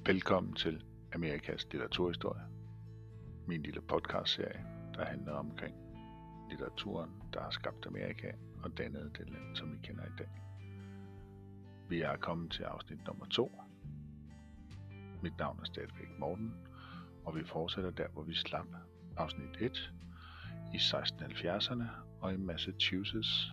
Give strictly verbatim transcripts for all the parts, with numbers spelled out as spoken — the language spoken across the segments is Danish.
Velkommen til Amerikas litteraturhistorie, min lille podcastserie, der handler omkring litteraturen, der har skabt Amerika og dannet det land, som vi kender i dag. Vi er kommet til afsnit nummer to. Mit navn er stadigvæk Morten, og vi fortsætter der, hvor vi slap afsnit et i seksten halvfjerdserne og i Massachusetts.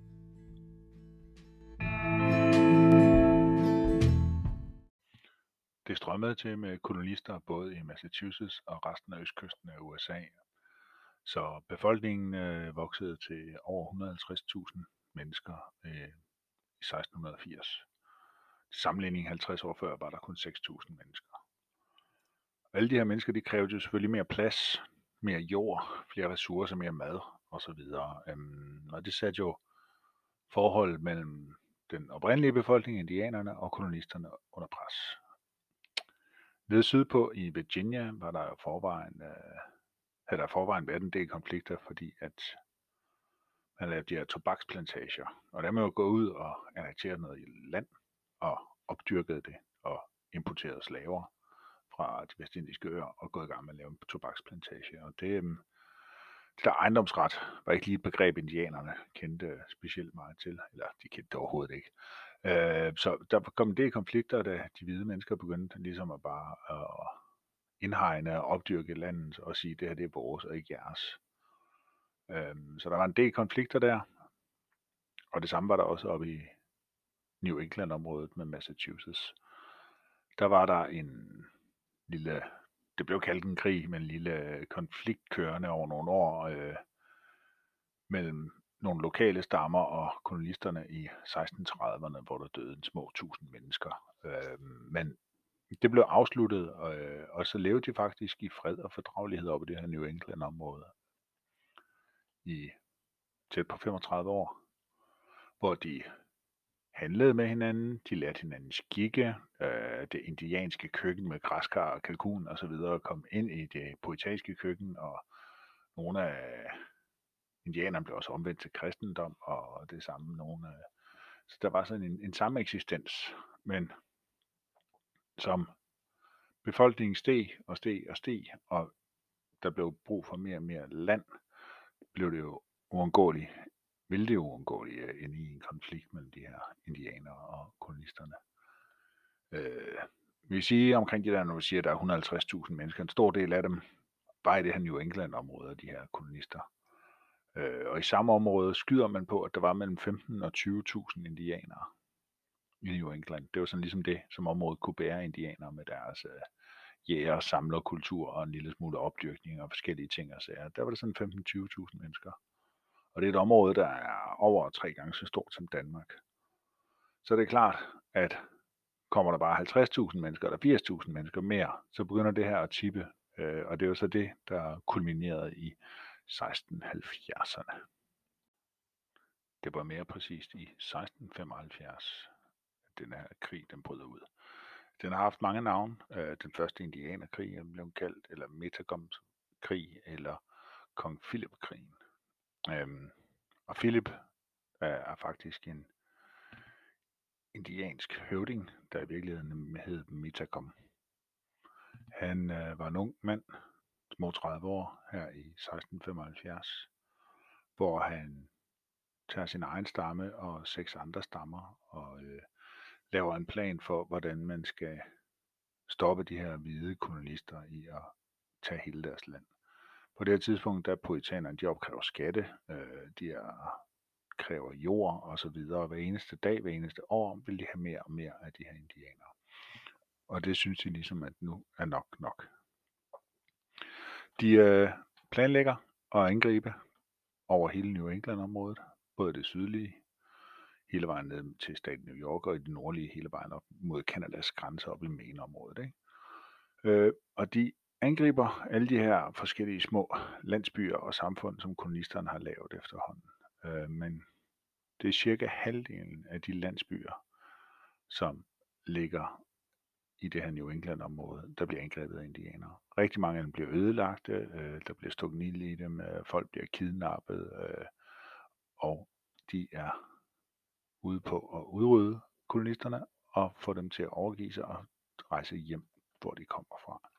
Det strømmede til med kolonister både i Massachusetts og resten af østkysten af U S A. Så befolkningen øh, voksede til over et hundrede og halvtreds tusind mennesker øh, i seksten firs. Til sammenligning halvtreds år før var der kun seks tusind mennesker. Alle de her mennesker, de krævede jo selvfølgelig mere plads, mere jord, flere ressourcer, mere mad osv. Øhm, og det satte jo forholdet mellem den oprindelige befolkning, indianerne og kolonisterne under pres. Ved sydpå i Virginia var der forvejen, øh, havde der forvejen været en del konflikter, fordi at man lavede de her tobaksplantager. Og der man jo gå ud og annektere noget i land og opdyrkede det og importerede slaver fra de vestindiske øer og gået i gang med at lave en tobaksplantage. Og det, det der ejendomsret var ikke lige et begreb, indianerne kendte specielt meget til, eller de kendte det overhovedet ikke. Øh, så der kom en del konflikter, da de hvide mennesker begyndte ligesom at bare at indhegne og opdyrke landet og sige, at det her det er vores og ikke jeres. Øh, så der var en del konflikter der, og det samme var der også oppe i New England-området med Massachusetts. Der var der en lille, det blev kaldt en krig, men en lille konflikt kørende over nogle år øh, mellem nogle lokale stammer og kolonisterne i seksten trediverne, hvor der døde en små tusind mennesker. Øh, men det blev afsluttet, og, og så levede de faktisk i fred og fordragelighed oppe i det her New England-område i tæt på femogtredive år, hvor de handlede med hinanden, de lærte hinanden skikke, øh, det indianske køkken med græskar og kalkun og så videre kom ind i det poetanske køkken, og nogle af indianerne blev også omvendt til kristendom, og det samme nogle af, så der var sådan en, en samme eksistens, men som befolkningen steg og steg og steg, og der blev brug for mere og mere land, blev det jo uundgåeligt, ville det jo uundgåeligt ind i en konflikt mellem de her indianere og kolonisterne. Øh, vi vil sige omkring de der, når vi siger, at der er et hundrede og halvtreds tusind mennesker, en stor del af dem var i det her New England-område, de her kolonister. Øh, og i samme område skyder man på, at der var mellem femten og tyve tusind indianere i New England. Det var sådan ligesom det, som området kunne bære indianere med deres øh, jæger, samlerkultur og en lille smule opdyrkning og forskellige ting og sager. Der var det sådan femten til tyve tusind mennesker. Og det er et område, der er over tre gange så stort som Danmark. Så det er klart, at kommer der bare halvtreds tusind mennesker eller firs tusind mennesker mere, så begynder det her at tippe. Øh, og det er jo så det, der kulminerede i seksten halvfjerdserne. Det var mere præcist i seksten femoghalvfjerds, at den her krig den bryder ud. Den har haft mange navne. Øh, den første indianerkrig blev kaldt, eller Metagons krig, eller Kong Philip-krigen. Øhm, og Philip er, er faktisk en indiansk høvding, der i virkeligheden hed Metagom. Han øh, var en ung mand, små tredive år, her i seksten femoghalvfjerds, hvor han tager sin egen stamme og seks andre stammer og øh, laver en plan for, hvordan man skal stoppe de her hvide kolonister i at tage hele deres land. På det her tidspunkt, der poetanerne, de opkræver skatte, øh, de er, kræver jord og så videre. Hver eneste dag, hver eneste år, vil de have mere og mere af de her indianere. Og det synes de ligesom, at nu er nok nok. De øh, planlægger at angribe over hele New England-området, både det sydlige, hele vejen ned til staten New York, og i det nordlige hele vejen op mod Canadas grænser op i Maine-området. Ikke? Øh, og de angriber alle de her forskellige små landsbyer og samfund, som kolonisterne har lavet efterhånden. Øh, men det er cirka halvdelen af de landsbyer, som ligger i det her New England-område, der bliver angrebet af indianere. Rigtig mange af dem bliver ødelagte, øh, der bliver stukket ild i dem, øh, folk bliver kidnappet, øh, og de er ude på at udrydde kolonisterne og få dem til at overgive sig og rejse hjem hvor de kommer fra.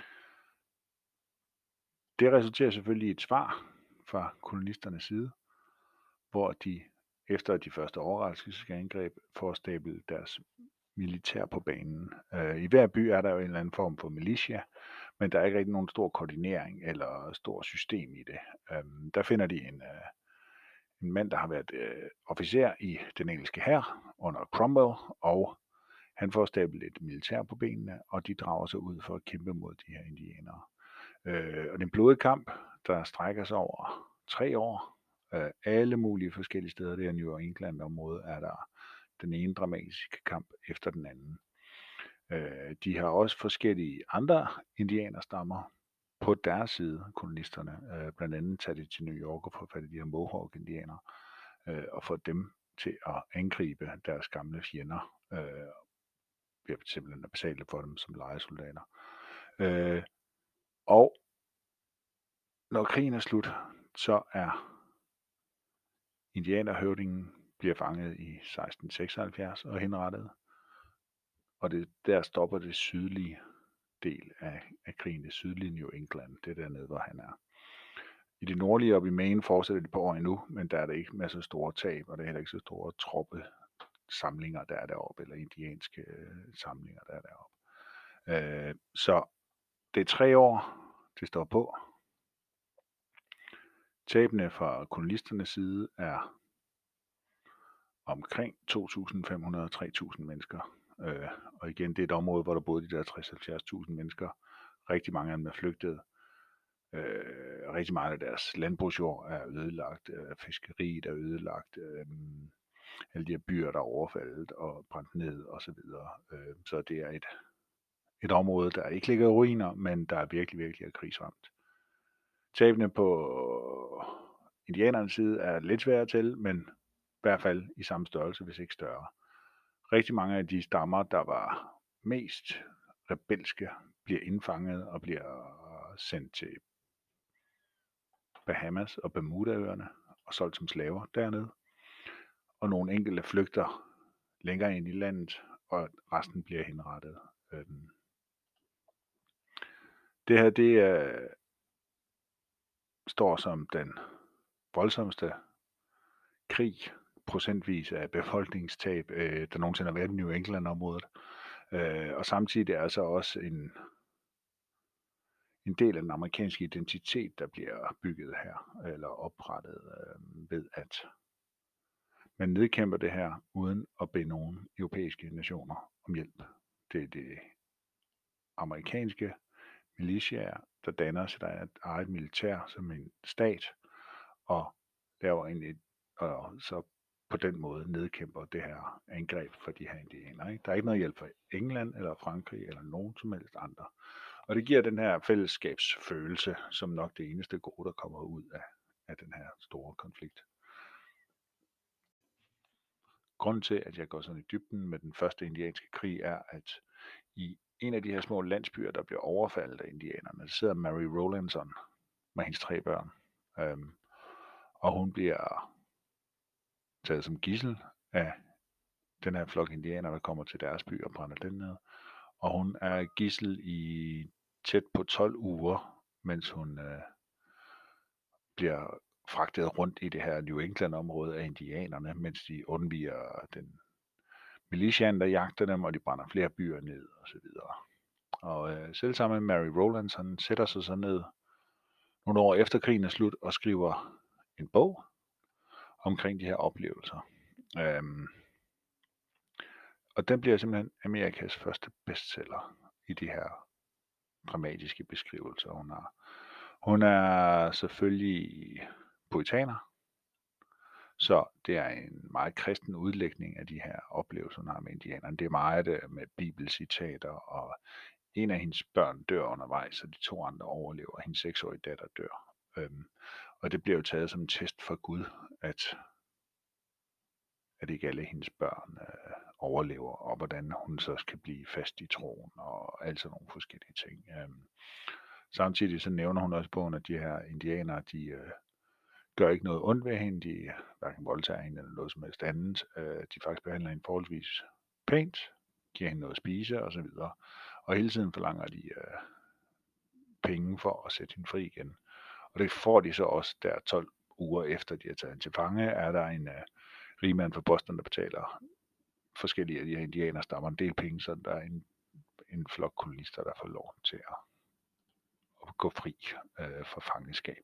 Det resulterer selvfølgelig i et svar fra kolonisternes side, hvor de efter de første overraskelsesangreb får stablet deres militær på banen. Øh, I hver by er der jo en eller anden form for militia, men der er ikke rigtig nogen stor koordinering eller stor system i det. Øhm, der finder de en, øh, en mand, der har været øh, officer i den engelske hær under Cromwell, og han får stablet et militær på benene, og de drager sig ud for at kæmpe mod de her indianere. Øh, og det er en blodig kamp, der strækker sig over tre år. Øh, alle mulige forskellige steder, det her New England-område, er der den ene dramatiske kamp efter den anden. Øh, de har også forskellige andre indianerstammer på deres side, kolonisterne. Øh, blandt andet tager de til New York og får fat i de her Mohawk-indianere, øh, og får dem til at angribe deres gamle fjender, øh, ved simpelthen at betale for dem som lejesoldater. Øh, og når krigen er slut, så er indianerhøvdingen bliver fanget i seksten seksoghalvfjerds og henrettet. Og det, der stopper det sydlige del af, af krigen, det sydlige New England, det er dernede, hvor han er. I det nordlige op i Maine fortsætter det på år endnu, men der er der ikke masser af store tab, og der er heller ikke så store troppe samlinger, der er deroppe, eller indianske øh, samlinger, der er deroppe. Øh, så det er tre år, det står på. Tabene fra kolonisternes side er omkring to tusind fem hundrede til tre tusind mennesker. Øh, og igen, det er et område, hvor der boede de der tres til halvfjerds tusind mennesker. Rigtig mange af dem er flygtet. Øh, rigtig meget af deres landbrugsjord er ødelagt. Øh, fiskeriet er ødelagt. Øh, alle de her byer, der er overfaldet og brændt ned osv. Øh, så det er et, et område, der ikke ligger i ruiner, men der er virkelig, virkelig er krigsramt. Tabene på indianernes side er lidt svære at tælle, men i hvert fald i samme størrelse, hvis ikke større. Rigtig mange af de stammer, der var mest rebelske, bliver indfanget og bliver sendt til Bahamas og Bermudaøerne og solgt som slaver dernede. Og nogle enkelte flygter længere ind i landet, og resten bliver henrettet. Det her, det er, står som den voldsomste krig procentvis af befolkningstab, øh, der nogensinde har været i New England-området. Øh, og samtidig er så også en, en del af den amerikanske identitet, der bliver bygget her, eller oprettet øh, ved, at man nedkæmper det her, uden at bede nogen europæiske nationer om hjælp. Det er det amerikanske militiaer, der danner sit eget militær som en stat, og laver en, et, og så på den måde nedkæmper det her angreb for de her indianere. Ikke? Der er ikke noget hjælp fra England eller Frankrig eller nogen som helst andre. Og det giver den her fællesskabsfølelse, som nok det eneste gode, der kommer ud af, af den her store konflikt. Grunden til, at jeg går sådan i dybden med den første indianske krig, er, at i en af de her små landsbyer, der bliver overfaldet af indianerne, der sidder Mary Rowlandson med hendes tre børn. Øhm, og hun bliver taget som gidsel af den her flok indianer, der kommer til deres by og brænder den ned. Og hun er gidsel i tæt på tolv uger, mens hun øh, bliver fragtet rundt i det her New England-område af indianerne, mens de undviger den militiaen, der jagter dem, og de brænder flere byer ned osv. Og øh, selv sammen med Mary Rowlandson sætter sig så ned nogle år efter krigen er slut og skriver en bog omkring de her oplevelser. Øhm, og den bliver simpelthen Amerikas første bestseller i de her dramatiske beskrivelser, hun har. Hun er selvfølgelig puritaner, så det er en meget kristen udlægning af de her oplevelser, hun har med indianerne. Det er meget med bibelcitater, og en af hendes børn dør undervejs, og de to andre overlever. Hendes seksårige datter dør. Øhm, og det bliver jo taget som en test for Gud, at, at ikke alle hendes børn øh, overlever, og hvordan hun så skal blive fast i troen, og alt sådan nogle forskellige ting. Øhm, samtidig så nævner hun også bogen, at de her indianere, de øh, gør ikke noget ondt ved hende, de hverken voldtager hende eller noget som helst andet. Øh, de faktisk behandler hende forholdsvis pænt, giver hende noget at spise osv., og hele tiden forlanger de øh, penge for at sætte hende fri igen. Og det får de så også der tolv uger efter, de har taget hende til fange, er der en øh, rigmand fra Boston, der betaler forskellige af de her indianerstammer en del penge, så der er en, en flok kolonister, der får lov til at, at gå fri øh, fra fangenskab.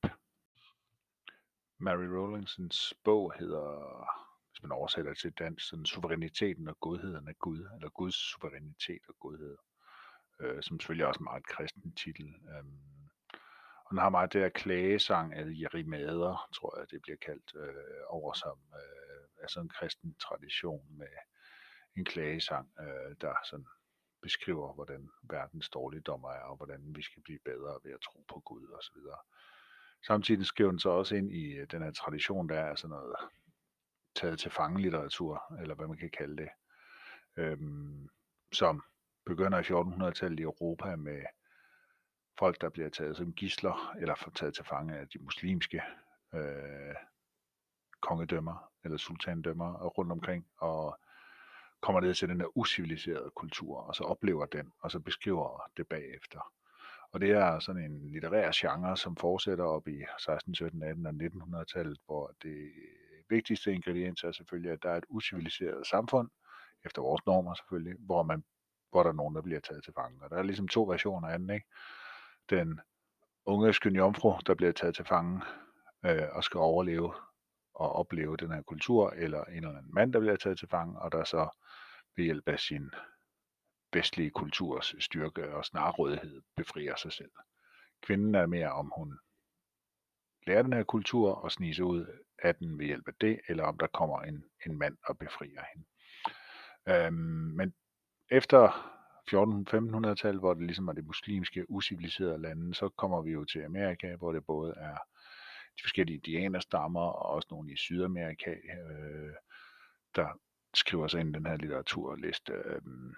Mary Rowlandsons bog hedder, hvis man oversætter til dansk, sådan Suveræniteten og Godheden af Gud, eller Guds suverænitet og godhed, øh, som selvfølgelig også er en meget kristen titel. Øhm, og den har meget det der klagesang af jerimader, tror jeg det bliver kaldt, øh, over som øh, altså en kristen tradition med en klagesang, øh, der sådan beskriver, hvordan verdens dårligdommer er, og hvordan vi skal blive bedre ved at tro på Gud osv. Samtidig skriver den så også ind i den her tradition, der er sådan noget taget til fangelitteratur, eller hvad man kan kalde det, øhm, som begynder i fjortenhundredetallet i Europa med folk, der bliver taget som gidsler, eller får taget til fange af de muslimske øh, kongedømmer, eller sultandømmer rundt omkring, og kommer ned til den der usiviliserede kultur, og så oplever den, og så beskriver det bagefter. Og det er sådan en litterær genre, som fortsætter op i seksten, sytten, atten og nittenhundredetallet, hvor det vigtigste ingrediens er selvfølgelig, at der er et usiviliseret samfund, efter vores normer selvfølgelig, hvor, man, hvor der er nogen, der bliver taget til fange. Og der er ligesom to versioner af den, ikke? Den unge skønne jomfru, der bliver taget til fange øh, og skal overleve og opleve den her kultur, eller en eller anden mand, der bliver taget til fange, og der så ved hjælp af sin vestlige kulturs styrke og snarrådighed befrier sig selv. Kvinden er mere, om hun lærer den her kultur og sniger sig ud af den ved hjælp af det, eller om der kommer en, en mand og befrier hende. Øhm, men efter fjorten-femtenhundredetallet, hvor det ligesom er det muslimske, usiviliserede lande, så kommer vi jo til Amerika, hvor det både er de forskellige indianerstammer og også nogle i Sydamerika, øh, der skriver sig ind i den her litteraturliste. Øh,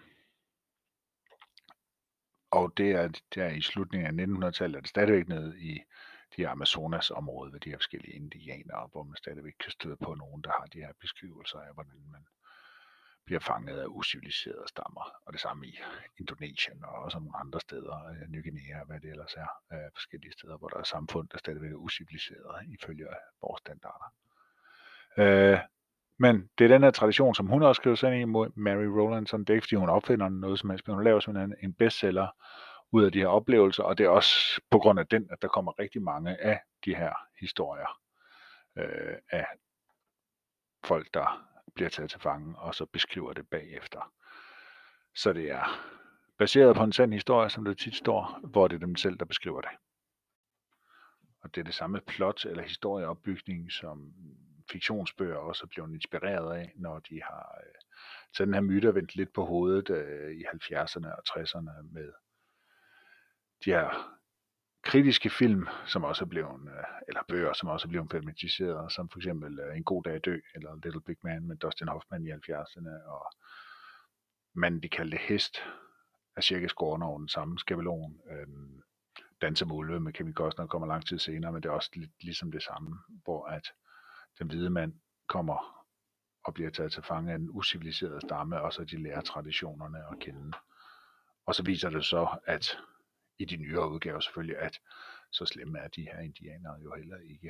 og det er, det er i slutningen af nittenhundredetallet, er det stadigvæk nede i de her Amazonas-områder ved de her forskellige indianere, hvor man stadigvæk kan støde på nogen, der har de her beskrivelser af, hvordan man bliver fanget af usiviliserede stammer. Og det samme i Indonesien og også nogle andre steder, Ny Guinea og hvad det ellers er, øh, forskellige steder, hvor der er samfund, der stadigvæk er usiviliserede ifølge vores standarder. Øh, men det er den her tradition, som hun også skriver sig ind i, Mary Rowlandson. Det er ikke, fordi hun opfinder noget som helst, men hun laver simpelthen en bestseller ud af de her oplevelser, og det er også på grund af den, at der kommer rigtig mange af de her historier øh, af folk, der bliver taget til fange, og så beskriver det bagefter. Så det er baseret på en sand historie, som det tit står, hvor det er dem selv, der beskriver det. Og det er det samme plot eller historieopbygning, som fiktionsbøger også er blevet inspireret af, når de har øh, taget den her myte vendt lidt på hovedet øh, i halvfjerdserne og tresserne med de her kritiske film, som også er blevet, øh, eller bøger, som også er blevet filmatiseret, som for eksempel øh, En god dag at dø, eller Little Big Man med Dustin Hoffman i halvfjerdserne, og Manden, de kaldte hest, er cirka skåret over den samme skabelon. Øhm, Danse med ulve med Kevin Costner kommer lang tid senere, men det er også lidt ligesom det samme, hvor at den hvide mand kommer og bliver taget til fange af en usiviliserede stamme, og så de lærer traditionerne at kende. Og så viser det så, at i de nyere udgaver selvfølgelig, at så slemme er de her indianere jo heller ikke.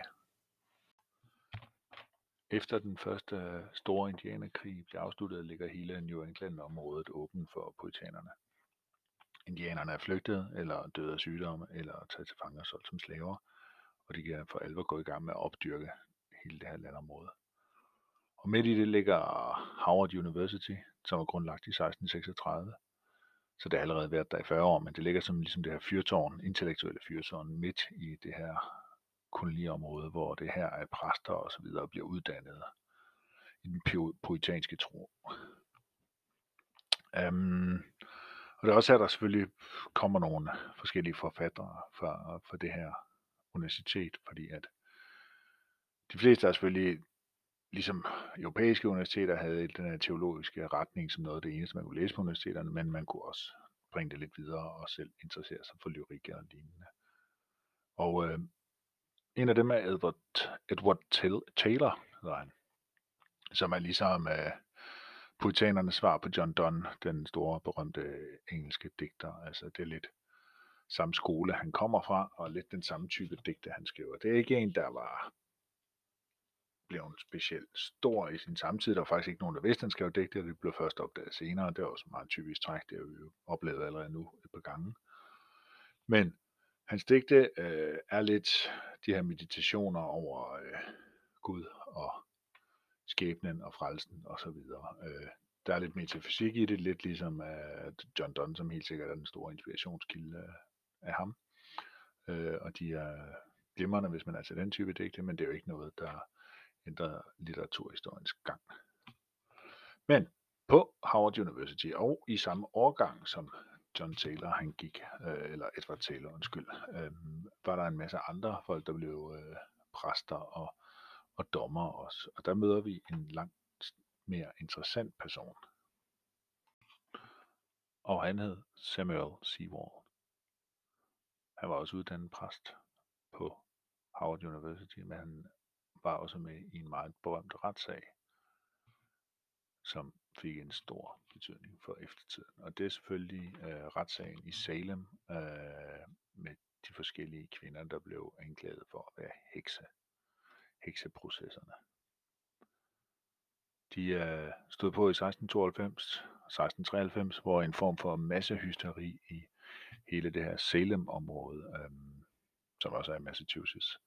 Efter den første store indianerkrig blev afsluttet, ligger hele New England-området åben for puritanerne. Indianerne er flygtet, eller døde af sygdomme, eller taget til fange og solgt som slaver, og de kan for alvor gå i gang med at opdyrke hele det her landområde. Og midt i det ligger Howard University, som er grundlagt i seksten seksogtredive. Så det har allerede været der i fyrre år, men det ligger som ligesom det her fyrtårn, intellektuelle fyrtårn, midt i det her koloniområde, hvor det her er præster og så videre bliver uddannet i den puritanske tro. Um, og det er også her, der selvfølgelig kommer nogle forskellige forfattere fra, fra det her universitet, fordi at de fleste er selvfølgelig, ligesom europæiske universiteter, havde den her teologiske retning som noget af det eneste, man kunne læse på universiteterne, men man kunne også bringe det lidt videre og selv interessere sig for lyrik og lignende. Og øh, en af dem er Edward, Edward Taylor, hedder han, som er ligesom øh, puritanernes svar på John Donne, den store berømte engelske digter. Altså det er lidt samme skole, han kommer fra, og lidt den samme type digte, han skriver. Det er ikke en, der var blevet specielt stor i sin samtid. Der var faktisk ikke nogen, der vidste, han skrev digte, og det blev først opdaget senere. Det var også meget typisk træk, det har vi jo oplevet allerede nu et par gange. Men hans digte øh, er lidt de her meditationer over øh, Gud og skæbnen og frelsen osv. Øh, der er lidt metafysik i det, lidt ligesom uh, John Donne, som helt sikkert er den store inspirationskilde uh, af ham. Øh, og de er glimrende, hvis man er til den type digte, men det er jo ikke noget, der ændrer litteraturhistoriens gang. Men på Howard University og i samme årgang som John Taylor han gik, øh, eller Edward Taylor, undskyld, øh, var der en masse andre folk, der blev øh, præster og, og dommer også. Og der møder vi en langt mere interessant person. Og han hed Samuel Sewall. Han var også uddannet præst på Howard University, men han var også med i en meget berømt retssag, som fik en stor betydning for eftertiden. Og det er selvfølgelig øh, retssagen i Salem øh, med de forskellige kvinder, der blev anklaget for at være hekse. Hekseprocesserne. De øh, stod på i seksten tooghalvfems og seksten treoghalvfems, hvor en form for massehysteri i hele det her Salem-område, øh, som også er i Massachusetts,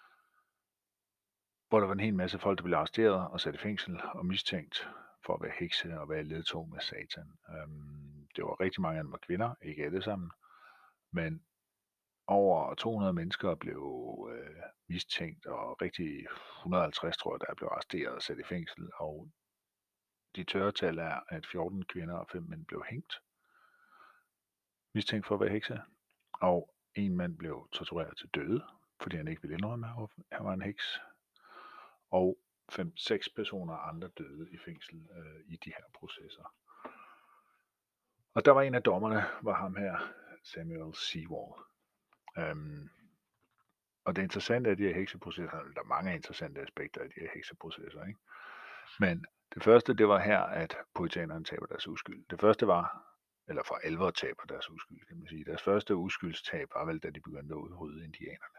hvor der var en hel masse folk, der blev arresteret og sat i fængsel og mistænkt for at være hekse og være ledtog med satan. Øhm, det var rigtig mange af dem var kvinder, ikke alle sammen, men over to hundrede mennesker blev øh, mistænkt, og rigtig et hundrede og halvtreds, tror jeg, der blev arresteret og sat i fængsel, og de tørre tal er, at fjorten kvinder og fem mænd blev hængt, mistænkt for at være hekse, og en mand blev tortureret til døde, fordi han ikke ville indrømme, at han var en heks, og fem seks personer andre døde i fængsel øh, i de her processer. Og der var en af dommerne, var ham her, Samuel Sewall. Øhm, og det interessante af de her hekseprocesser, der er mange interessante aspekter af de her hekseprocesser, ikke? Men det første, det var her, at puritanerne taber deres uskyld. Det første var, eller for alvor taber deres uskyld, kan man sige. Deres første uskyldstab var vel, da de begyndte at udrydde indianerne.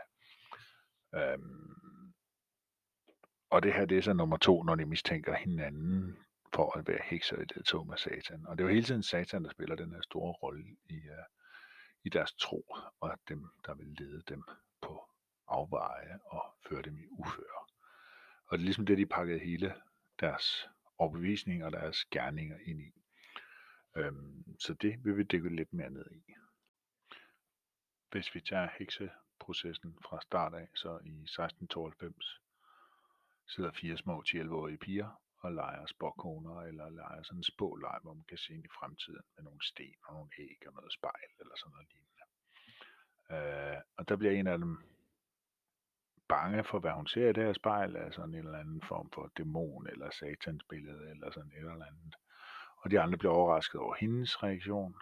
Øhm, og det her, det er så nummer to, når de mistænker hinanden for at være hekser i det tog med satan. Og det er jo hele tiden satan, der spiller den her store rolle i, uh, i deres tro, og dem, der vil lede dem på afveje og føre dem i uføre. Og det er ligesom det, de pakkede hele deres overbevisning og deres gerninger ind i. Øhm, så det vil vi dykke lidt mere ned i. Hvis vi tager hekseprocessen fra start af, så i seksten tooghalvfems sidder fire små ti til elleve-årige piger og leger spåkoner, eller leger sådan en spåleg, hvor man kan se ind i fremtiden med nogle sten og nogle æg og noget spejl, eller sådan noget lignende. Øh, og der bliver en af dem bange for, hvad hun ser i det her spejl, altså en eller anden form for dæmon, eller satans billede, eller sådan et eller andet. Og de andre bliver overrasket over hendes reaktion.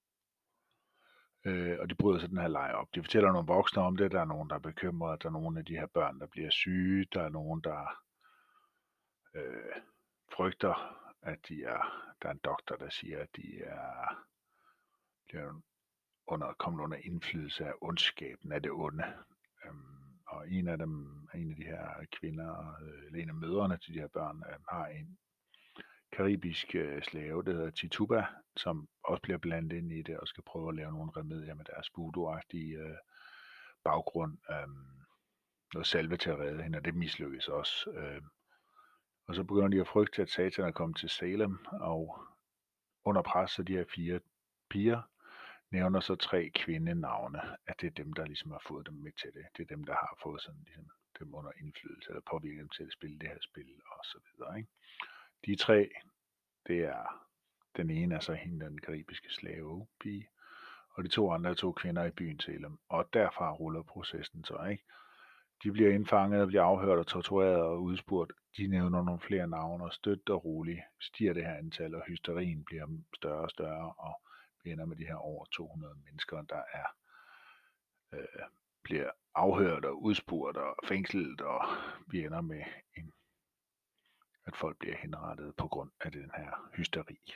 Øh, og de bryder så den her leg op. De fortæller nogle voksne om det, der er nogen, der er bekymrede, der er nogle af de her børn, der bliver syge, der er nogen, der øh, frygter, at de er, der er en doktor, der siger, at de er bliver under, kommet under indflydelse af ondskaben, af det onde. Øhm, og en af dem, en af de her kvinder, øh, eller en af mødrene til de her børn, øh, har en karibisk øh, slave, der hedder Tituba, som også bliver blandet ind i det, og skal prøve at lave nogle remedier med deres voodoo-agtige øh, baggrund. Øh, noget salve til at redde hende, og det mislykkes også. Øh, og så begynder de at frygte, at Satan er kommet til Salem, og under pres, så de her fire piger nævner så tre kvindenavne, at det er dem, der ligesom har fået dem med til det. Det er dem, der har fået sådan ligesom dem under indflydelse, eller påvirket dem til at spille det her spil, og så videre, ikke? De tre, det er, den ene er så hende, den karibiske slavepige, og de to andre er to kvinder i byen Salem, og derfra ruller processen så, ikke? De bliver indfanget, bliver afhørt og tortureret og udspurgt. De nævner nogle flere navne, og støt og roligt stiger det her antal, og hysterien bliver større og større, og vi ender med de her over to hundrede mennesker, der er øh, bliver afhørt og udspurgt og fængslet, og vi ender med en at folk bliver henrettet på grund af den her hysteri.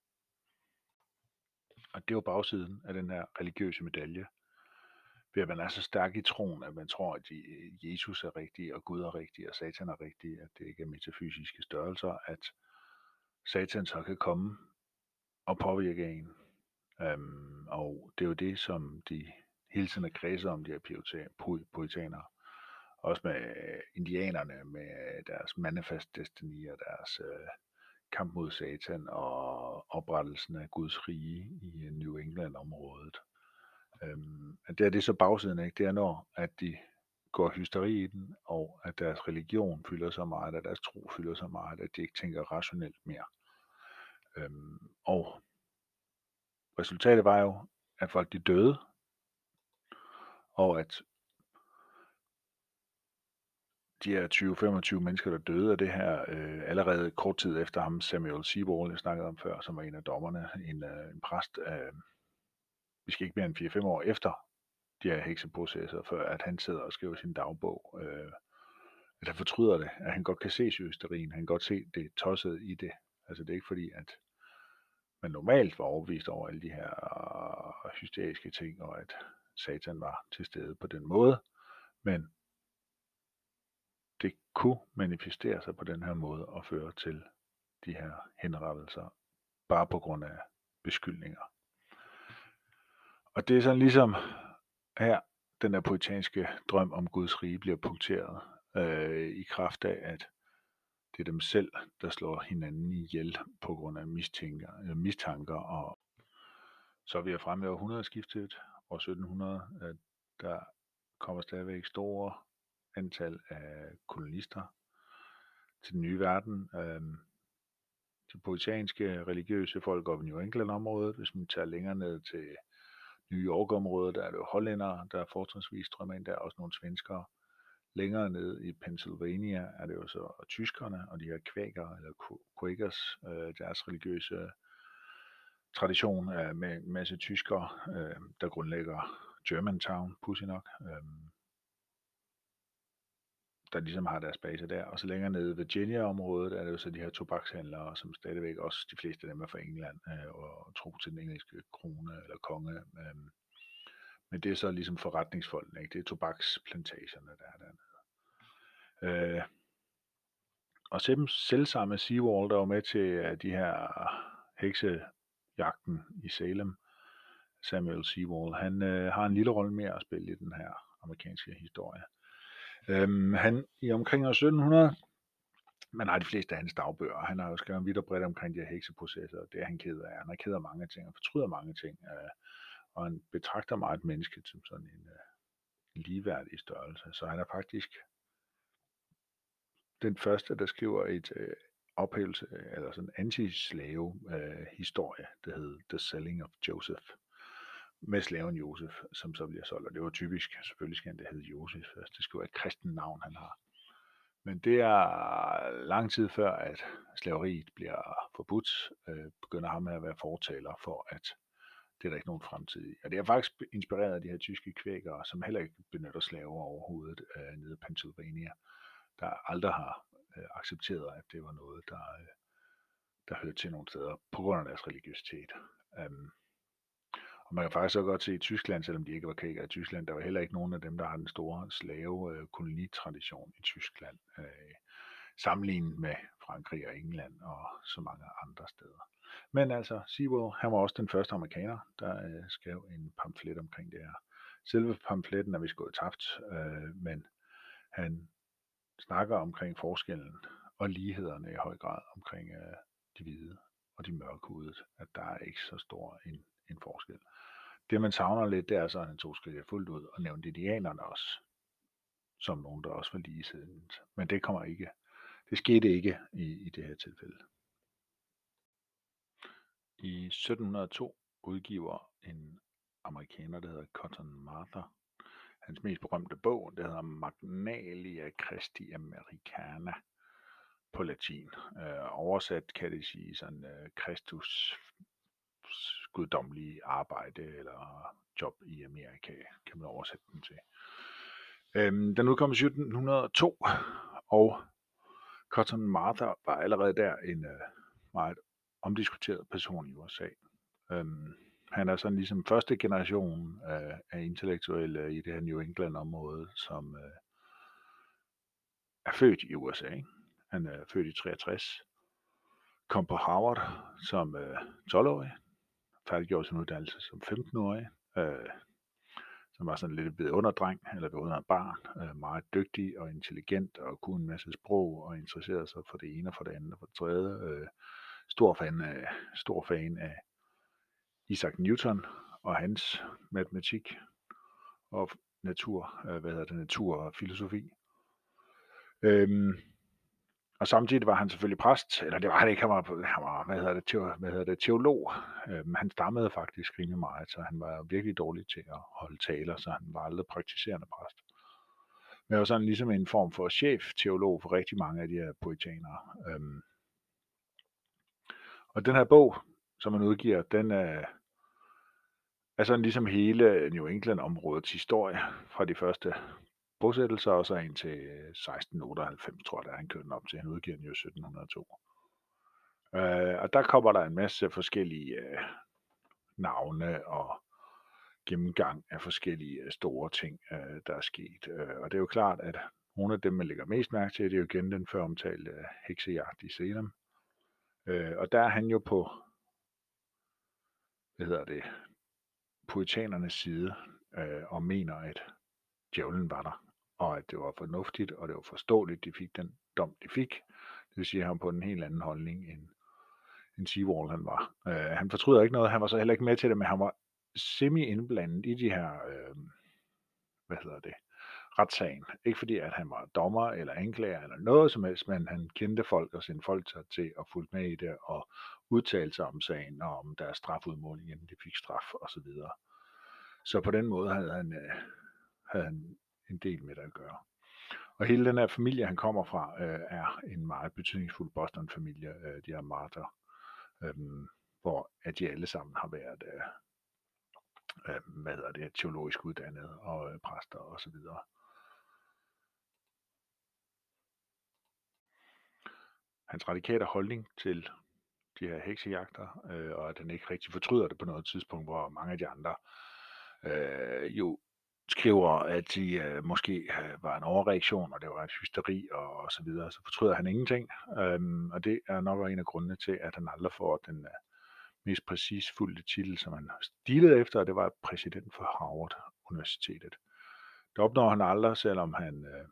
Og det var bagsiden af den her religiøse medalje, ved at man er så stærk i troen, at man tror, at Jesus er rigtig, og Gud er rigtig, og Satan er rigtig, at det ikke er metafysiske størrelser, at Satan så kan komme og påvirke en. Øhm, og det er jo det, som de hele tiden er kredset om, de her puritanere. Også med indianerne, med deres manifest destiny og deres øh, kamp mod Satan og oprettelsen af Guds rige i New England-området. Øhm, at det er det så bagsiden, ikke? Det er når, at de går hysteri i den, og at deres religion fylder så meget, at deres tro fylder så meget, at de ikke tænker rationelt mere. Øhm, og resultatet var jo, at folk de døde, og at de her tyve til femogtyve mennesker, der døde af det her, øh, allerede kort tid efter ham, Samuel Sewall, jeg snakkede om før, som var en af dommerne, en, øh, en præst, øh, vi skal ikke mere end fire til fem år efter de her hekseprocesser, før at han sidder og skriver sin dagbog, øh, at han fortryder det, at han godt kan se hysterien, han kan godt se det tossede i det. Altså det er ikke fordi, at man normalt var overbevist over alle de her øh, hysteriske ting, og at Satan var til stede på den måde, men det kunne manifestere sig på den her måde og føre til de her henrettelser, bare på grund af beskyldninger. Og det er sådan ligesom her, den der puritanske drøm om Guds rige bliver punkteret øh, i kraft af, at det er dem selv, der slår hinanden ihjel på grund af mistanker, øh, mistanker. Og så er vi fremme ved århundredeskiftet, år sytten hundrede, at der kommer stadigvæk store antal af kolonister til den nye verden. Øhm, de puritanske religiøse folk op i New England-området. Hvis man tager længere ned til New York-området, der er det jo hollændere, der fortrinsvis strømmer ind. Der er også nogle svenskere. Længere ned i Pennsylvania er det jo så tyskerne og de her kvækere, eller quakers, øh, deres religiøse tradition øh, med en masse tyskere, øh, der grundlægger Germantown, pudsigt nok. Øh, der ligesom har deres base der. Og så længere nede i Virginia-området er det jo så de her tobakshandlere, som stadigvæk også, de fleste af dem er fra England, øh, og tro til den engelske krone eller konge. Øh, men det er så ligesom forretningsfolkene, ikke? Det er tobaksplantationerne, der er dernede. Øh, og selv, selvsamme Sewall, der var med til uh, de her heksejagten i Salem, Samuel Sewall, han øh, har en lille rolle mere at spille i den her amerikanske historie. Øhm, han i omkring år sytten hundrede, man har de fleste af hans dagbøger, han har jo skrevet vidt og bredt omkring de her hekseprocesser, og det er han ked af. Han er ked af mange ting, og fortryder mange ting, øh, og han betragter meget mennesket som sådan en øh, ligeværdig størrelse, så han er faktisk den første, der skriver et øh, ophævelse, eller sådan en anti-slave øh, historie, der hedder The Selling of Joseph, med slaven Josef, som så bliver solgt, og det var typisk, selvfølgelig skal han det hedde Josef først, det skal være et kristen navn, han har. Men det er lang tid før, at slaveriet bliver forbudt, øh, begynder ham at være fortaler for, at det er der ikke nogen fremtid i. Og det er faktisk inspireret af de her tyske kvækere, som heller ikke benytter slaver overhovedet øh, nede i Pennsylvania, der aldrig har øh, accepteret, at det var noget, der, øh, der hørte til nogle steder, på grund af deres religiøsitet. Um, og man kan faktisk så godt se i Tyskland, selvom de ikke var kvækere i Tyskland, der var heller ikke nogen af dem, der har den store slave-kolonitradition i Tyskland, øh, sammenlignet med Frankrig og England og så mange andre steder. Men altså, Sewall, han var også den første amerikaner, der øh, skrev en pamflet omkring det her. Selve pamfletten er vist gået tabt, øh, men han snakker omkring forskellen og lighederne i høj grad omkring øh, de hvide og de mørkhudede, at der er ikke så stor en, en forskel. Det man savner lidt, det er så, at han tog skridt fuldt ud og nævnte indianerne også, som nogen, der også var lige siden. Men det kommer ikke. Det skete ikke i, i det her tilfælde. I sytten hundrede og to udgiver en amerikaner, der hedder Cotton Mather, hans mest berømte bog, der hedder Magnalia Christi Americana på latin. Øh, oversat kan det sige sådan øh, Kristus guddommelige arbejde eller job i Amerika, kan man oversætte den til. Øhm, den udkom i sytten hundrede og to, og Cotton Mather var allerede der en øh, meget omdiskuteret person i U S A. Øhm, han er sådan ligesom første generation af, af intellektuelle i det her New England-område, som øh, er født i U S A. Ikke? Han er født i treogtres, kom på Harvard som øh, tolv-årig, færdiggjorde sin uddannelse som femten-årig, øh, som var sådan lidt vidunderdreng, eller vidunderbarn, øh, meget dygtig og intelligent, og kunne en masse sprog, og interesserede sig for det ene og for det andet og for det tredje. Øh, stor, fan af, stor fan af Isaac Newton og hans matematik og natur, øh, hvad hedder det, natur og filosofi. Øhm, og samtidig var han selvfølgelig præst, eller det var han ikke, han var, han var hvad hedder det, teor, hvad hedder det, teolog. Øhm, han stammede faktisk rimelig meget, så han var virkelig dårlig til at holde taler, så han var aldrig praktiserende præst. Men var sådan ligesom en form for chef-teolog for rigtig mange af de her puritanere. Øhm, og den her bog, som man udgiver, den er, er sådan ligesom hele New England-områdets historie fra de første bosættelser, og så indtil seksten otteoghalvfems, tror jeg, der han kørte den op til. Han udgiver den jo sytten hundrede og to. Øh, og der kommer der en masse forskellige øh, navne og gennemgang af forskellige øh, store ting, øh, der er sket. Øh, og det er jo klart, at nogle af dem, man lægger mest mærke til, det er jo igen den før omtalte øh, heksejagt i Salem. Øh, og der er han jo på, hvad hedder det, puritanernes side, øh, og mener, at djævlen var der, og at det var fornuftigt, og det var forståeligt, de fik den dom, de fik. Det vil sige, at han på en helt anden holdning, end, end Sewall han var. Øh, han fortryder ikke noget, han var så heller ikke med til det, men han var semi-indblandet i de her, øh, hvad hedder det, retssagen. Ikke fordi, at han var dommer eller anklager eller noget som helst, men han kendte folk og sendte folk til at fulgte med i det og udtale sig om sagen og om deres strafudmåling, inden de fik straf osv. Så, så på den måde havde han, øh, havde han en del med det at gøre. Og hele den her familie, han kommer fra, øh, er en meget betydningsfuld Boston-familie, øh, de her Mather, øh, hvor at de alle sammen har været øh, øh, hvad hedder det, teologisk uddannet og øh, præster og så videre. Hans radikale holdning til de her heksejagter, øh, og at han ikke rigtig fortryder det på noget tidspunkt, hvor mange af de andre øh, jo skriver, at de øh, måske øh, var en overreaktion, og det var et hysteri og, og så videre, så fortryder han ingenting. Øhm, og det er nok en af grundene til, at han aldrig får den øh, mest præcis fulde titel, som han stilede efter, og det var præsident for Harvard Universitetet. Det opnår han aldrig, selvom han øh,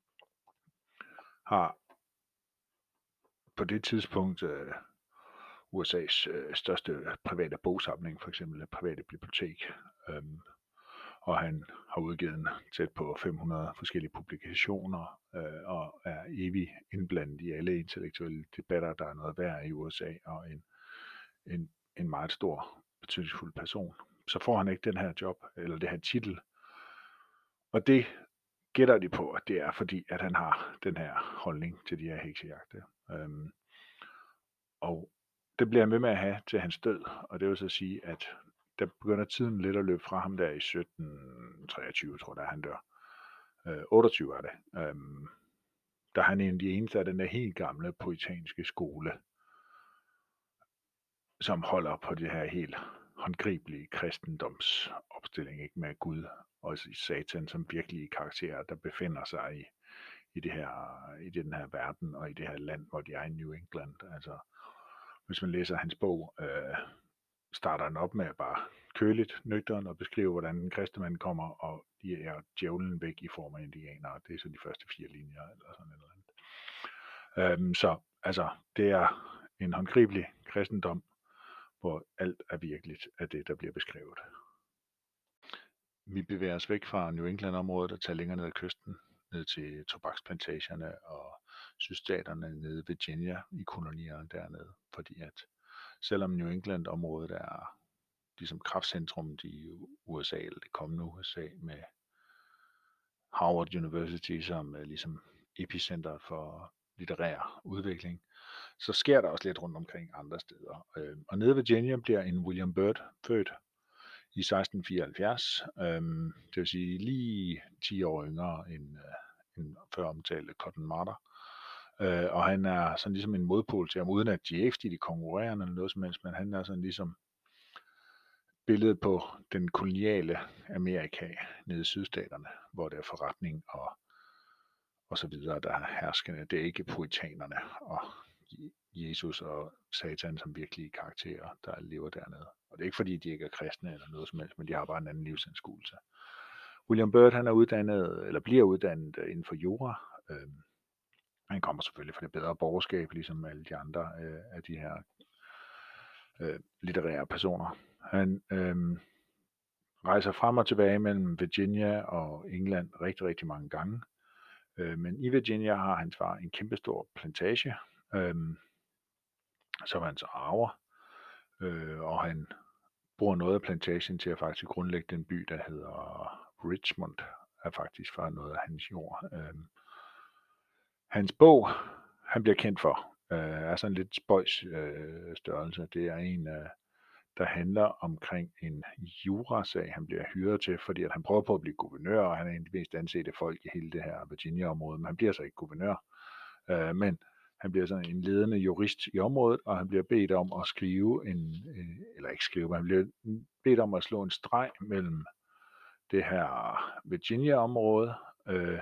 har på det tidspunkt øh, U S A's øh, største private bogsamling, for eksempel et private bibliotek. Øhm, og han har udgivet tæt på fem hundrede forskellige publikationer, øh, og er evig indblandet i alle intellektuelle debatter, der er noget værd i U S A, og en, en, en meget stor, betydningsfuld person. Så får han ikke den her job, eller det her titel. Og det gætter de på, at det er fordi, at han har den her holdning til de her heksejagter. Øhm, og det bliver han ved med at have til hans død, og det vil så sige, at der begynder tiden lidt at løbe fra ham der i sytten treogtyve, tror jeg, han dør. Øh, otteogtyve er det. Øhm, der er han en af de eneste af den der helt gamle puritanske skole, som holder på det her helt håndgribelige kristendomsopstilling, ikke, med Gud og Satan som virkelige karakterer, der befinder sig i, i, det her, i den her verden og i det her land, hvor de er i New England. Altså, hvis man læser hans bog, øh, starter han op med bare køligt, nøgteren og beskrive, hvordan en kristemand kommer og de er djævlen væk i form af indianere. Det er så de første fire linjer eller sådan noget andet. Øhm, så altså, det er en håndgribelig kristendom, hvor alt er virkeligt af det, der bliver beskrevet. Vi bevæger os væk fra New England-området og tager længere ned ad kysten, ned til tobaksplantageerne og sydstaterne nede i Virginia i kolonierne dernede, fordi at selvom New England-området er ligesom kraftcentrum i U S A, eller det kommende U S A, med Harvard University som ligesom epicenter for litterær udvikling, så sker der også lidt rundt omkring andre steder. Og nede i Virginia bliver en William Byrd født i seksten fireoghalvfjerds, det vil sige lige ti år yngre end, end før omtalte Cotton Mather. Øh, og han er sådan ligesom en modpol til ham, uden at de er ikke, fordi de konkurrerer eller noget som helst, men han er sådan ligesom billedet på den koloniale Amerika nede i sydstaterne, hvor det er forretning og, og så videre, der er herskende. Det er ikke puritanerne og Jesus og Satan som virkelige karakterer, der lever dernede. Og det er ikke fordi, de ikke er kristne eller noget som helst, men de har bare en anden livsanskuelse. William Byrd, han er uddannet, eller bliver uddannet inden for jura. Øh, han kommer selvfølgelig fra det bedre borgerskab, ligesom alle de andre øh, af de her øh, litterære personer. Han øh, rejser frem og tilbage mellem Virginia og England rigtig, rigtig mange gange. Øh, men i Virginia har hans far en kæmpestor plantage, øh, som han så arver. Øh, og han bruger noget af plantagen til at faktisk grundlægge den by, der hedder Richmond, er faktisk fra noget af hans jord. Øh, hans bog, han bliver kendt for, øh, er sådan lidt spøjs øh, størrelse. Det er en, øh, der handler omkring en jurasag, han bliver hyret til, fordi at han prøver på at blive guvernør, og han er en af de mest ansete folk i hele det her Virginia-område, men han bliver så ikke guvernør. Øh, men han bliver sådan en ledende jurist i området, og han bliver bedt om at skrive en, eller ikke skrive, men han bliver bedt om at slå en streg mellem det her Virginia-område øh,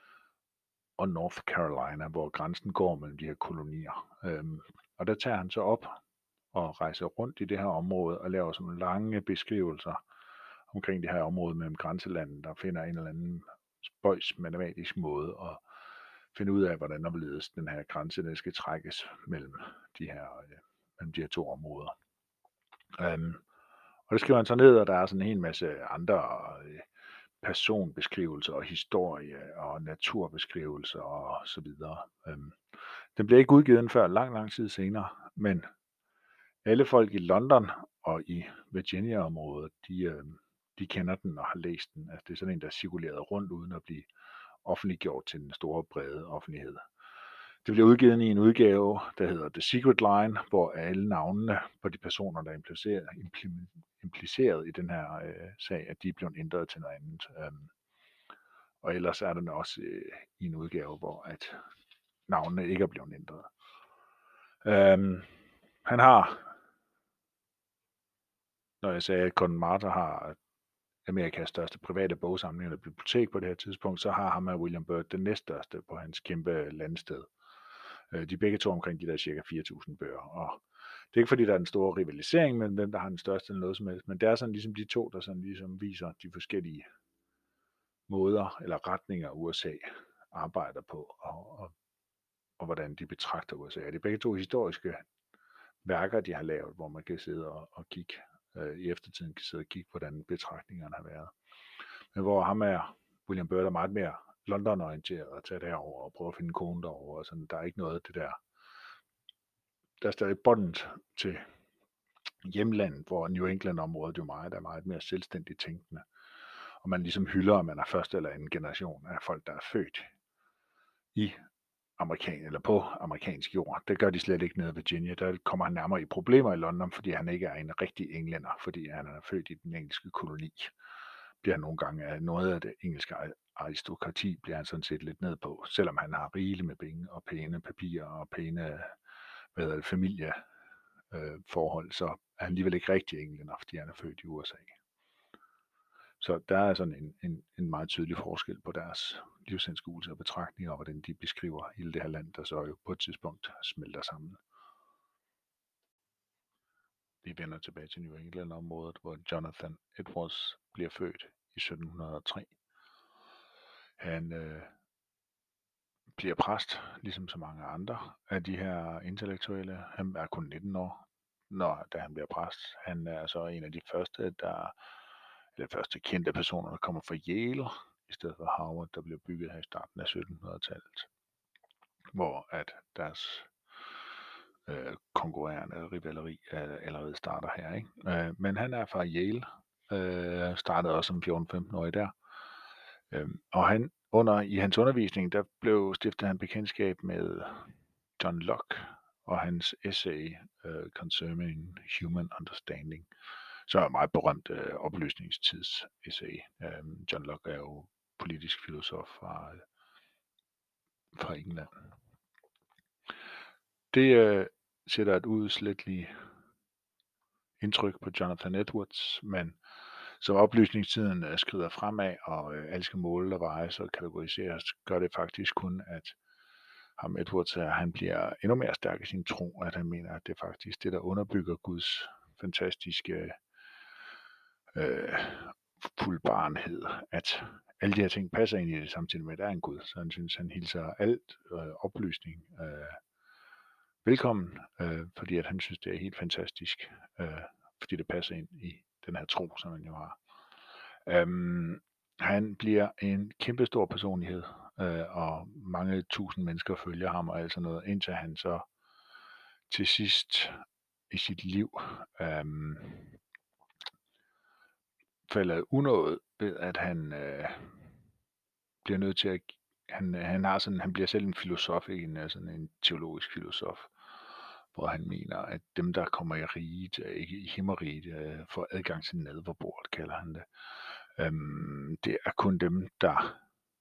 og North Carolina, hvor grænsen går mellem de her kolonier. Øhm, og der tager han så op og rejser rundt i det her område og laver sådan lange beskrivelser omkring det her område mellem grænselandet, der finder en eller anden spøjs matematisk måde at finde ud af, hvordan omledes den her grænse den skal trækkes mellem de her, øh, mellem de her to områder. Øhm, og det skriver han så ned, og der er sådan en hel masse andre øh, personbeskrivelser og historie og naturbeskrivelser og så videre. Øhm, den blev ikke udgivet før lang, lang tid senere, men alle folk i London og i Virginia-området, de, øh, de kender den og har læst den. Altså, det er sådan en, der er cirkuleret rundt uden at blive offentliggjort til den store brede offentlighed. Det bliver udgivet i en udgave, der hedder The Secret Line, hvor alle navnene på de personer, der er impliceret, impliceret i den her øh, sag, at de er blevet ændret til noget andet. Øhm, og ellers er den også øh, i en udgave, hvor at navnene ikke er blevet ændret. Øhm, han har, når jeg sagde, at Cotton Mather har Amerikas største private bogsamling eller bibliotek på det her tidspunkt, så har ham og William Byrd den næststørste på hans kæmpe landsted. De er begge to omkring de der cirka fire tusind bøger, og det er ikke fordi, der er en stor rivalisering mellem hvem, der har den største eller noget som helst, men det er sådan ligesom de to, der sådan ligesom viser de forskellige måder eller retninger, U S A arbejder på, og, og, og hvordan de betragter U S A. Det er begge to historiske værker, de har lavet, hvor man kan sidde og, og kigge, øh, i eftertiden kan sidde og kigge, hvordan betragtningerne har været. Men hvor ham er, William Byrd er meget mere London-orienteret og tage derover og prøve at finde kone derover, og sådan, der er ikke noget af det der. Der er stadig båndet til hjemlandet, hvor New England-området jo meget er meget mere selvstændigt tænkende. Og man ligesom hylder, at man er første eller anden generation af folk, der er født i amerikan eller på amerikansk jord. Det gør de slet ikke nede i Virginia. Der kommer han nærmere i problemer i London, fordi han ikke er en rigtig englænder, fordi han er født i den engelske koloni. Bliver han nogle gange af noget af det engelske aristokrati, bliver han sådan set lidt ned på, selvom han har rigeligt med penge og pæne papirer og pæne hvad er det, familieforhold, øh, så er han alligevel ikke rigtig englænder, fordi han er født i U S A. Så der er sådan en, en, en meget tydelig forskel på deres livsanskuelse og betragtninger, og hvordan de beskriver hele det her land, der så jo på et tidspunkt smelter sammen. Vi vender tilbage til New England-området, hvor Jonathan Edwards bliver født i sytten hundrede og tre. Han øh, bliver præst, ligesom så mange andre af de her intellektuelle. Han er kun nitten år, når da han bliver præst. Han er så en af de første, der eller første kendte personer, der kommer fra Yale, i stedet for Harvard, der blev bygget her i starten af sytten hundrede-tallet, hvor at deres øh, konkurrerende rivaleri øh, allerede starter her. Ikke? Øh, men han er fra Yale, øh, startede også som fjorten-femten-årig der, øh, og han under i hans undervisning, der blev stiftet han bekendtskab med John Locke og hans essay uh, Concerning Human Understanding, så er et meget berømt uh, oplysningstids essay. Um, John Locke er jo politisk filosof fra, fra England. Det øh, sætter et udsletteligt indtryk på Jonathan Edwards, men som oplysningstiden øh, skrider fremad, og øh, alt skal måle og vejes og kategoriseres, gør det faktisk kun, at ham Edwards, øh, han bliver endnu mere stærk i sin tro, at han mener, at det er faktisk det, der underbygger Guds fantastiske øh, fuldbarenhed, at alle de her ting passer ind i det, samtidig med, at der er en Gud. Så han synes, han hilser alt øh, oplysning øh, velkommen, øh, fordi at han synes, det er helt fantastisk, øh, fordi det passer ind i den her tro, som han jo har. Øhm, han bliver en kæmpestor personlighed, øh, og mange tusind mennesker følger ham og alt sådan noget, indtil han så til sidst i sit liv øhm, falder unådet ved, at han øh, bliver nødt til at han, han har sådan, han bliver selv en filosof, ikke en, sådan en teologisk filosof, hvor han mener, at dem, der kommer i riget, ikke i himmeriget, får adgang til nadverbordet, kalder han det. Øhm, det er kun dem, der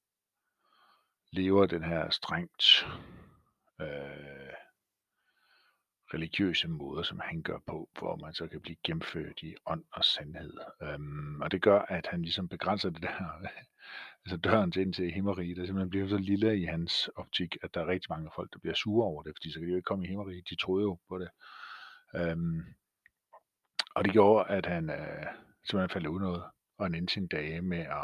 lever den her strengt øh, religiøse måde, som han gør på, hvor man så kan blive gennemført i ånd og sandhed. Øhm, og det gør, at han ligesom begrænser det der, altså døren til ind til himmeriget, der simpelthen bliver så lille i hans optik, at der er rigtig mange folk, der bliver sure over det, fordi så kan de jo ikke komme i himmeriget. De troede jo på det. Øhm, og det gjorde, at han øh, simpelthen faldt ud noget, og han endte sine dage med at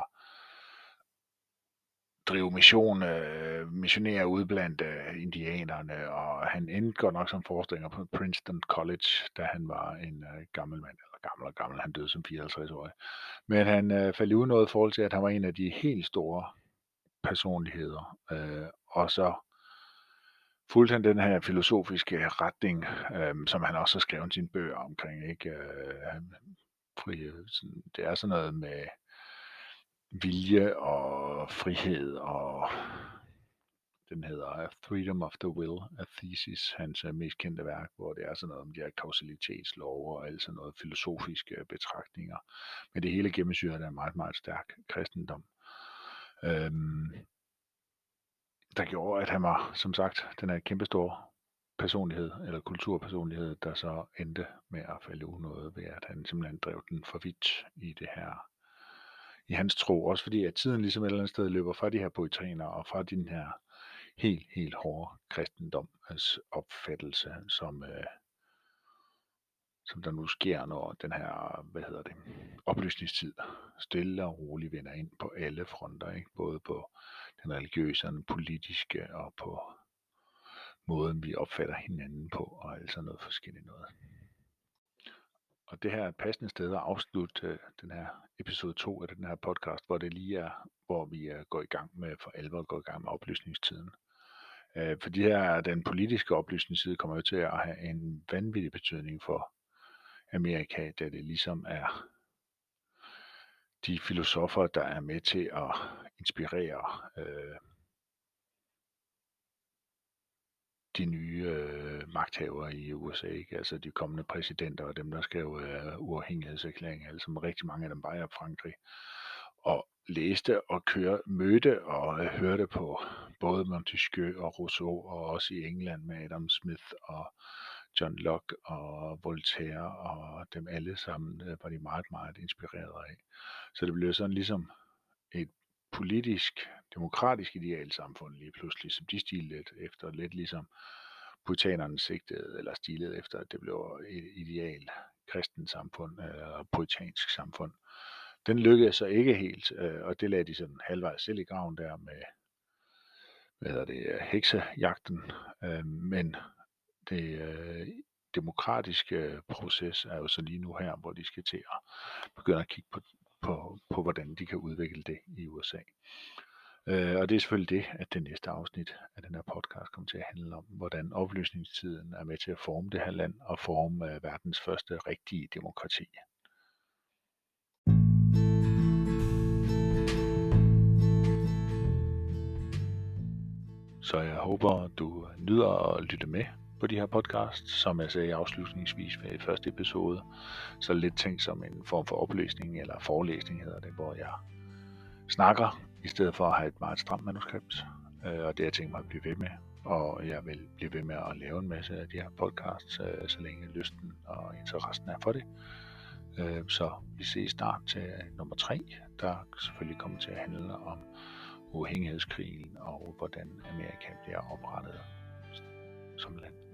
drive mission, øh, missionere ude blandt øh, indianerne, og han endte godt nok som forstander på Princeton College, da han var en øh, gammel mand, eller gammel og gammel, han døde som fireoghalvtreds-årig. Men han øh, faldt ud noget i forhold til, at han var en af de helt store personligheder, øh, og så fulgte han den her filosofiske retning, øh, som han også har skrevet sine bøger omkring, ikke? Øh, fri, sådan, det er sådan noget med vilje og frihed, og den hedder Freedom of the Will, a Thesis, hans mest kendte værk, hvor det er sådan noget om de her kausalitetslov og alt sådan noget filosofiske betragtninger. Men det hele gennemsyrer af en meget, meget stærk kristendom. Øhm, der gjorde, at han var, som sagt, den her kæmpestore personlighed, eller kulturpersonlighed, der så endte med at falde unåde ved, at han simpelthen drev den for vidt i det her, i hans tro. Også fordi, at tiden ligesom et eller andet sted løber fra de her poetriner og fra den her helt, helt hårde kristendoms opfattelse, som, øh, som der nu sker, når den her, hvad hedder det, oplysningstid stille og roligt vender ind på alle fronter, ikke? Både på den religiøse og den politiske, og på måden, vi opfatter hinanden på, og alt sådan noget forskelligt noget. Og det her er et passende sted at afslutte øh, den her episode to af den her podcast, hvor det lige er, hvor vi øh, går i gang med, for alvor går i gang med oplysningstiden. Øh, for det her, den politiske oplysningsside kommer jo til at have en vanvittig betydning for Amerika, da det ligesom er de filosofer, der er med til at inspirere øh, de nye øh, magthavere i U S A, ikke? Altså de kommende præsidenter og dem, der skrev øh, uafhængighedserklæringer, altså rigtig mange af dem var i Frankrig, og læste og køre, mødte og øh, hørte på både Montesquieu og Rousseau, og også i England med Adam Smith og John Locke og Voltaire, og dem alle sammen øh, var de meget, meget inspireret af. Så det blev sådan ligesom et politisk, demokratisk idealsamfund lige pludselig, som de stilede lidt efter, lidt ligesom puritanerne sigtede eller stilede efter, at det blev et ideal kristen samfund, eller puritansk samfund. Den lykkedes så ikke helt, og det lagde de sådan halvvejs selv i graven der med, hvad hedder det, heksejagten, men det demokratiske proces er jo så lige nu her, hvor de skal til at begynde at kigge på, på, på hvordan de kan udvikle det i U S A. Øh, og det er selvfølgelig det, at det næste afsnit af den her podcast kommer til at handle om, hvordan oplysningstiden er med til at forme det her land og forme øh, verdens første rigtige demokrati. Så jeg håber, du nyder at lytte med på de her podcasts. Som jeg sagde afslutningsvis ved første episode, så lidt tænkt som en form for opløsning eller forelæsning hedder det, hvor jeg snakker i stedet for at have et meget stramt manuskript. Og det har jeg tænkt mig at blive ved med og jeg vil blive ved med at lave en masse af de her podcasts, øh, så længe lysten og interessen er for det. Øh, så vi ses snart til nummer tre, der selvfølgelig kommer til at handle om uafhængighedskrigen og hvordan Amerika bliver oprettet som land.